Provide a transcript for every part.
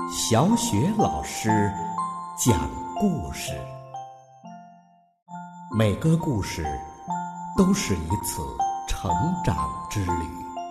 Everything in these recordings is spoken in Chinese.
小雪老师讲故事，每个故事都是一次成长之旅。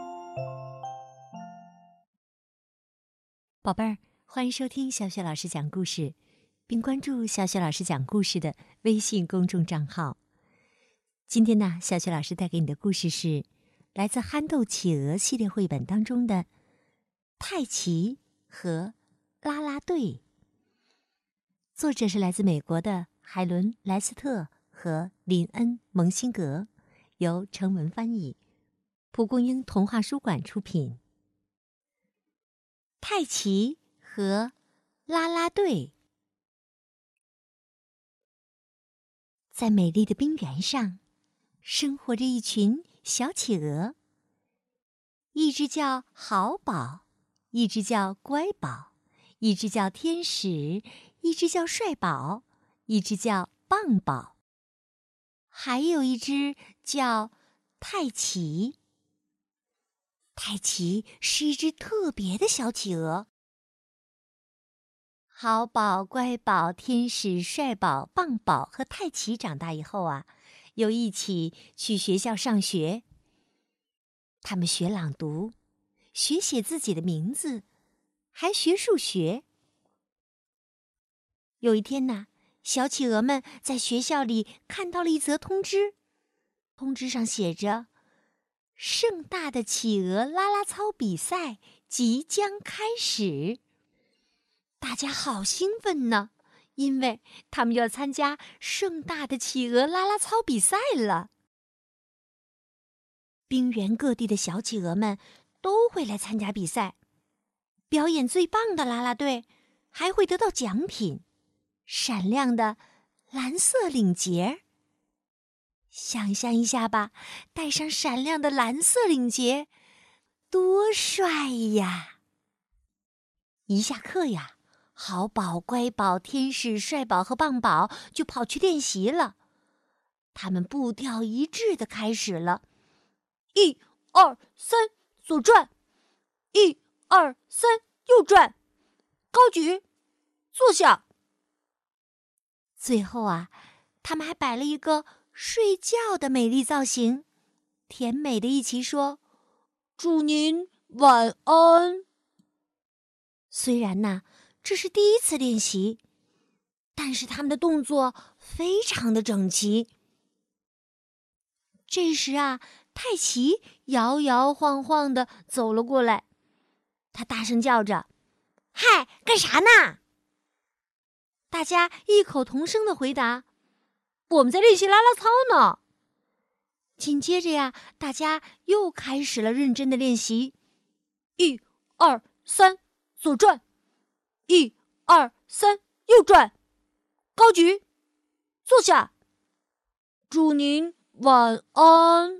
宝贝儿，欢迎收听小雪老师讲故事，并关注小雪老师讲故事的微信公众账号。今天呢，小雪老师带给你的故事是来自憨豆企鹅系列绘本当中的《泰奇和啦啦队》，作者是来自美国的海伦·莱斯特和林恩·蒙辛格，由程文翻译，蒲公英童话书馆出品。泰奇和啦啦队。在美丽的冰原上，生活着一群小企鹅，一只叫好宝，一只叫乖宝，一只叫天使，一只叫帅宝，一只叫棒宝，还有一只叫泰奇。泰奇是一只特别的小企鹅。好宝、乖宝、天使、帅宝、棒宝和泰奇长大以后啊，又一起去学校上学。他们学朗读，学写自己的名字，还学数学。有一天呢，小企鹅们在学校里看到了一则通知，通知上写着：盛大的企鹅啦啦操比赛即将开始。大家好兴奋呢，因为他们要参加盛大的企鹅啦啦操比赛了。冰原各地的小企鹅们都会来参加比赛，表演最棒的啦啦队还会得到奖品，闪亮的蓝色领结。想象一下吧，戴上闪亮的蓝色领结，多帅呀！一下课呀，好宝、乖宝、天使、帅宝和棒宝就跑去练习了。他们步调一致地开始了，1、2、3，左转；1、2、3，右转，高举，坐下。最后啊，他们还摆了一个睡觉的美丽造型，甜美的一起说：祝您晚安。虽然呢，这是第一次练习，但是他们的动作非常的整齐。这时啊，泰奇摇摇晃晃地走了过来，他大声叫着：嗨，干啥呢？大家异口同声地回答：我们在练习啦啦操呢。紧接着呀，大家又开始了认真的练习。1、2、3，左转；1、2、3，右转，高举，坐下。祝您晚安。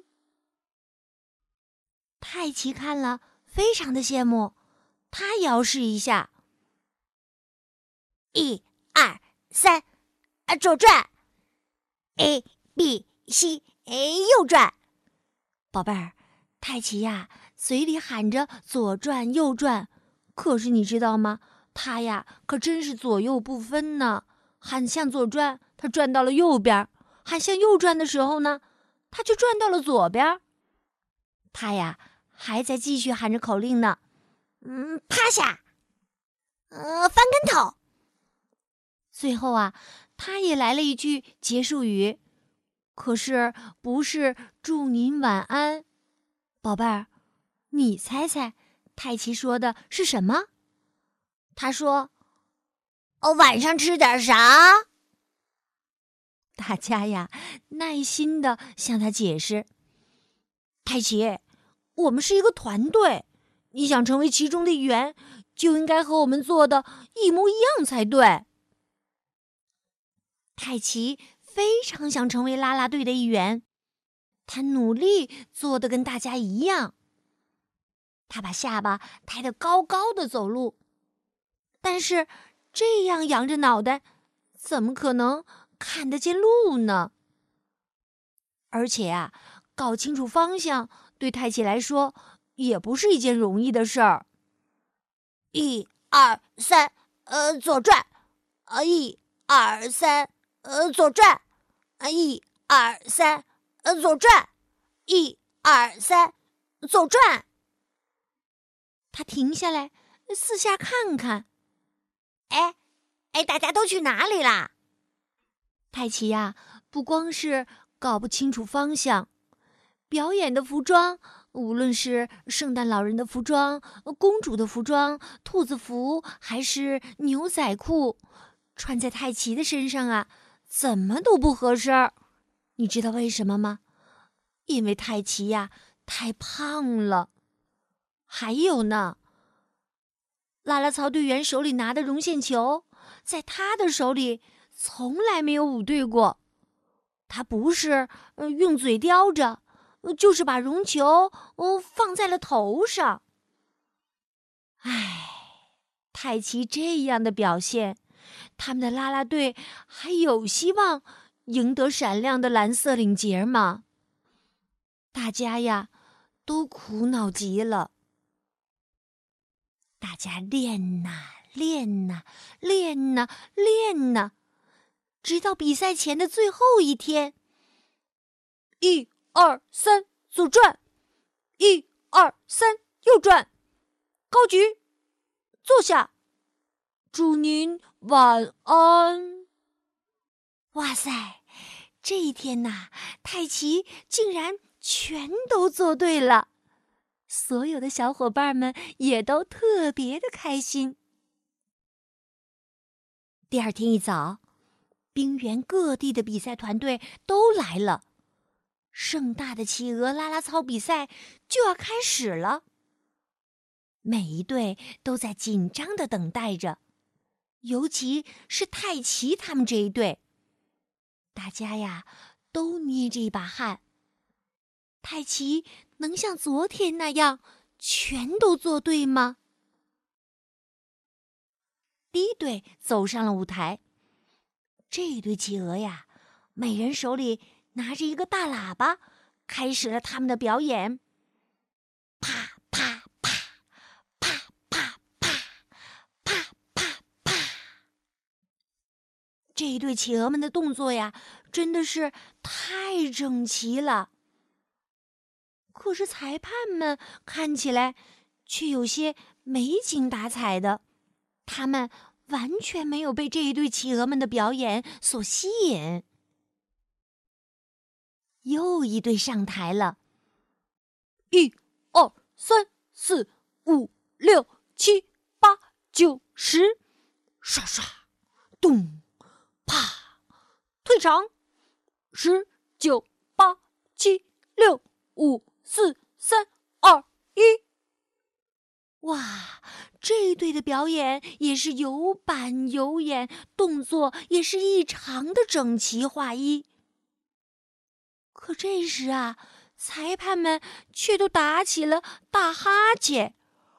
泰奇看了，非常的羡慕，他摇试一下。1、2、3，左转，A B C A， 右转。宝贝儿，泰奇呀，嘴里喊着左转右转，可是你知道吗？他呀，可真是左右不分呢。喊向左转，他转到了右边；喊向右转的时候呢，他就转到了左边。他呀，还在继续喊着口令呢。趴下，翻跟头。最后啊，他也来了一句结束语，可是不是祝您晚安。宝贝儿，你猜猜泰奇说的是什么？他说：晚上吃点啥？大家呀，耐心地向他解释：泰奇，我们是一个团队，你想成为其中的一员，就应该和我们做的一模一样才对。泰奇非常想成为啦啦队的一员，他努力做得跟大家一样。他把下巴抬得高高的走路，但是这样仰着脑袋，怎么可能看得见路呢？而且啊，搞清楚方向对泰奇来说也不是一件容易的事儿。1、 二三，左转，1、2、3，左转，1、2、3，左转，1、2、3，左转。他停下来，四下看看。大家都去哪里啦？泰奇呀，不光是搞不清楚方向，表演的服装，无论是圣诞老人的服装、公主的服装、兔子服，还是牛仔裤，穿在泰奇的身上啊，怎么都不合身。你知道为什么吗？因为泰奇呀，太胖了。还有呢，啦啦草队员手里拿的绒线球，在他的手里从来没有舞对过。他不是用嘴叼着，就是把绒球放在了头上。泰奇这样的表现，他们的啦啦队还有希望赢得闪亮的蓝色领结吗？大家呀，都苦恼极了。大家练呐，练呐，练呐，练呐，直到比赛前的最后一天。1、2、3，左转；1、2、3，右转。高举，坐下。祝您晚安。哇塞，这一天呐，泰奇竟然全都做对了。所有的小伙伴们也都特别的开心。第二天一早，冰原各地的比赛团队都来了，盛大的企鹅啦啦操比赛就要开始了。每一队都在紧张地等待着，尤其是泰奇他们这一队，大家呀都捏着一把汗。泰奇能像昨天那样全都做对吗？第一队走上了舞台，这一对企鹅呀，每人手里拿着一个大喇叭，开始了他们的表演。啪啪啪，啪啪啪，啪啪啪。这一对企鹅们的动作呀，真的是太整齐了。可是裁判们看起来却有些没精打采的，他们完全没有被这一对企鹅们的表演所吸引。又一队上台了，1、2、3、4、5、6、7、8、9、10，刷刷，咚，啪，退场，10、9、8、7、6、5、4、3、2、1。哇，这一队的表演也是有板有眼，动作也是异常的整齐划一。可这时啊，裁判们却都打起了大哈欠。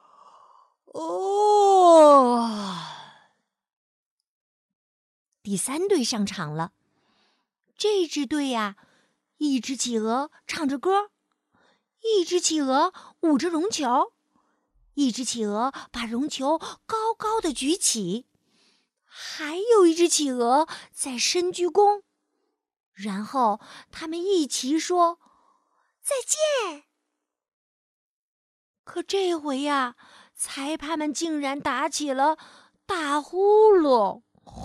第三队上场了，这支队呀，一只企鹅唱着歌，一只企鹅舞着绒球，一只企鹅把绒球高高的举起，还有一只企鹅在深鞠躬。然后他们一起说再见。可这回呀，裁判们竟然打起了大呼噜。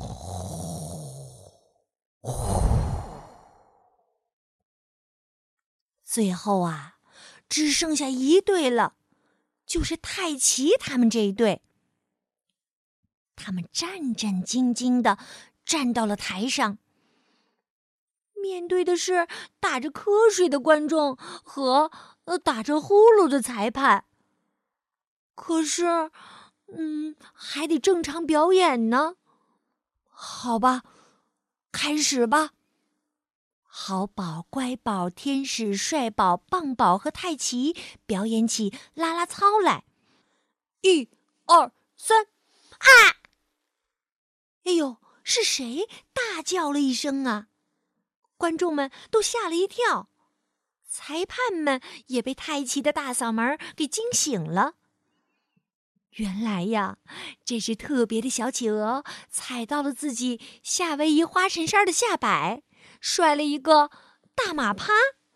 最后啊，只剩下一队了，就是泰奇他们这一队。他们战战兢兢地站到了台上，面对的是打着瞌睡的观众和打着呼噜的裁判。可是，还得正常表演呢。好吧，开始吧。好宝、乖宝、天使、帅宝、棒宝和泰奇表演起啦啦操来。1、2、3，啊！哎呦，是谁大叫了一声啊？观众们都吓了一跳，裁判们也被泰奇的大嗓门给惊醒了。 原来呀，这只特别的小企鹅踩到了自己夏威夷花衬衫的下摆，摔了一个大马趴。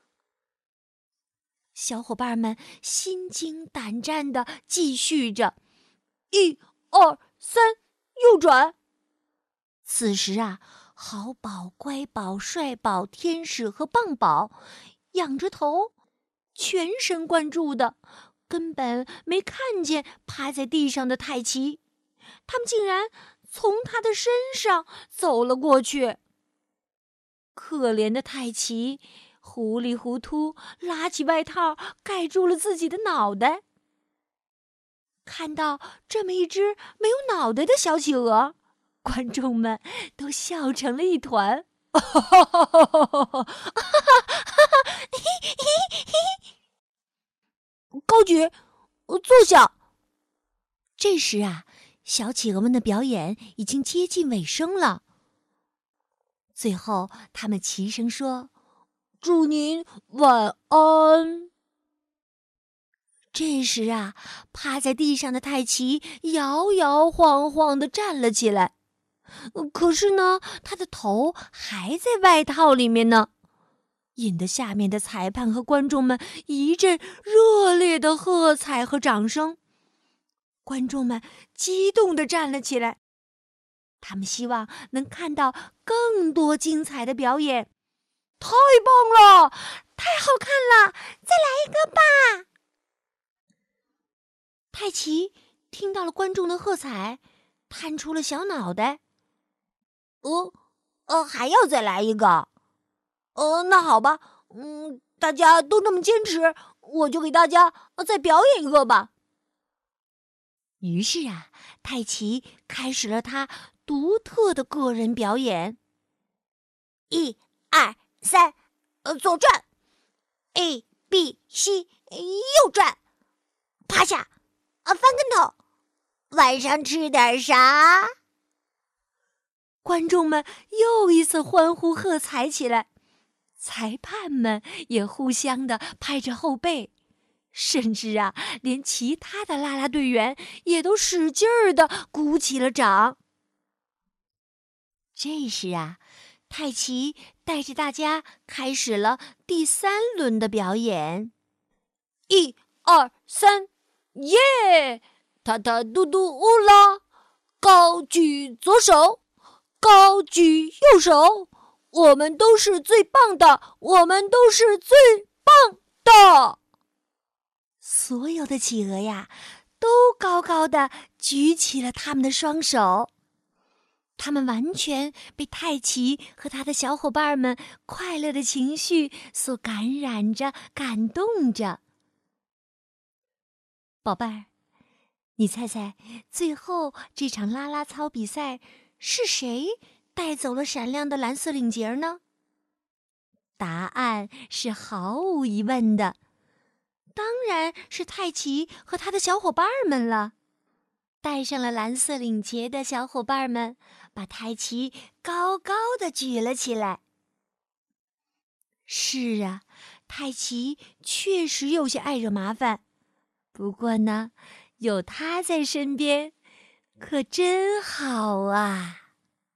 小伙伴们心惊胆战地继续着，1、2、3，右转。此时啊，好宝、乖宝、帅宝、天使和棒宝仰着头，全神贯注的，根本没看见趴在地上的泰奇，他们竟然从他的身上走了过去。可怜的泰奇糊里糊涂拉起外套盖住了自己的脑袋。看到这么一只没有脑袋的小企鹅，观众们都笑成了一团。高举，坐下。这时啊，小企鹅们的表演已经接近尾声了。最后，他们齐声说：“祝您晚安。”这时啊，趴在地上的泰奇摇摇晃晃地站了起来，可是呢，他的头还在外套里面呢，引得下面的裁判和观众们一阵热烈的喝彩和掌声。观众们激动地站了起来，他们希望能看到更多精彩的表演。太棒了，太好看了，再来一个吧！泰奇听到了观众的喝彩，探出了小脑袋。还要再来一个？那好吧，大家都那么坚持，我就给大家再表演一个吧。于是啊，泰奇开始了他独特的个人表演。1、2、3，左转 ，A B C， 右转，趴下，翻跟头，晚上吃点啥？观众们又一次欢呼喝彩起来，裁判们也互相的拍着后背，甚至啊，连其他的啦啦队员也都使劲儿的鼓起了掌。这时啊，泰奇带着大家开始了第3轮的表演。1、2、3，耶！塔塔嘟嘟乌拉，高举左手，高举右手，我们都是最棒的，我们都是最棒的。所有的企鹅呀，都高高的举起了他们的双手。他们完全被泰奇和他的小伙伴们快乐的情绪所感染着、感动着。宝贝儿，你猜猜，最后这场啦啦操比赛是谁带走了闪亮的蓝色领结呢？答案是毫无疑问的，当然是泰奇和他的小伙伴们了。带上了蓝色领结的小伙伴们把泰奇高高的举了起来。是啊，泰奇确实有些爱惹麻烦，不过呢，有他在身边，可真好啊！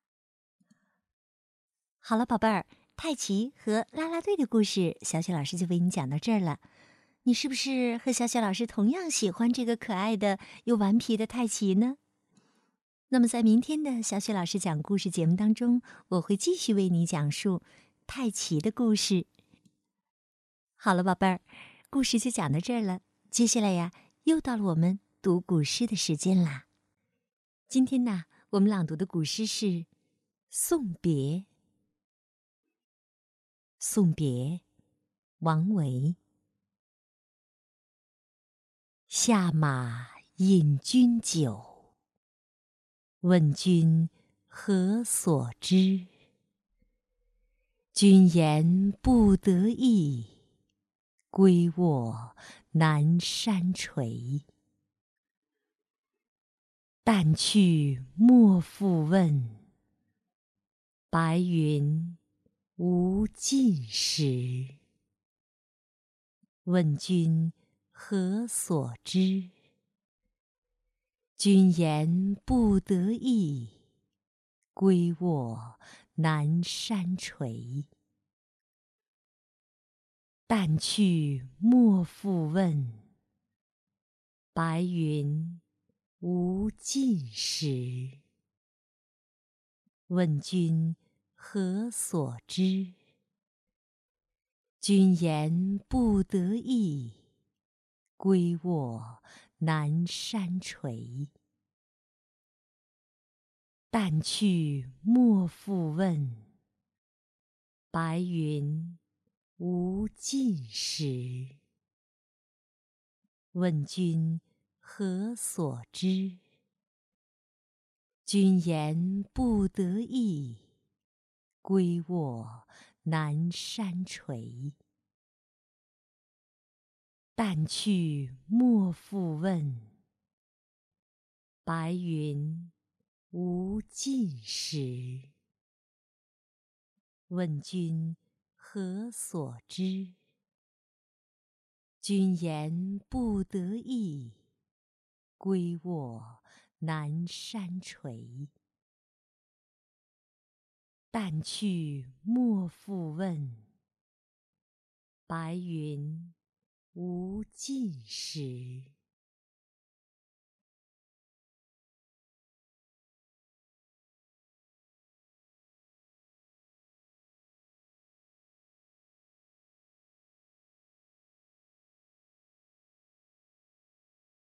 好了，宝贝儿，泰奇和啦啦队的故事，小雪老师就为你讲到这儿了。你是不是和小雪老师同样喜欢这个可爱的又顽皮的泰奇呢？那么在明天的小雪老师讲故事节目当中，我会继续为你讲述泰奇的故事。好了，宝贝儿，故事就讲到这儿了。接下来呀，又到了我们读古诗的时间啦。今天呢，我们朗读的古诗是《送别》。送别，王维。下马饮君酒，问君何所知？君言不得意，归卧南山陲。但去莫复问，白云无尽时。问君何所知？ 君言不得意，归卧南山陲。旦去莫复问，白云无尽时。问君何所知？君言不得意，归卧南山陲。旦去莫复问，白云无尽时。问君何所知？君言不得意，归卧南山陲。旦去莫复问，白云无尽时。问君何所知？君言不得意，归卧南山陲。旦去莫复问，白云无尽时。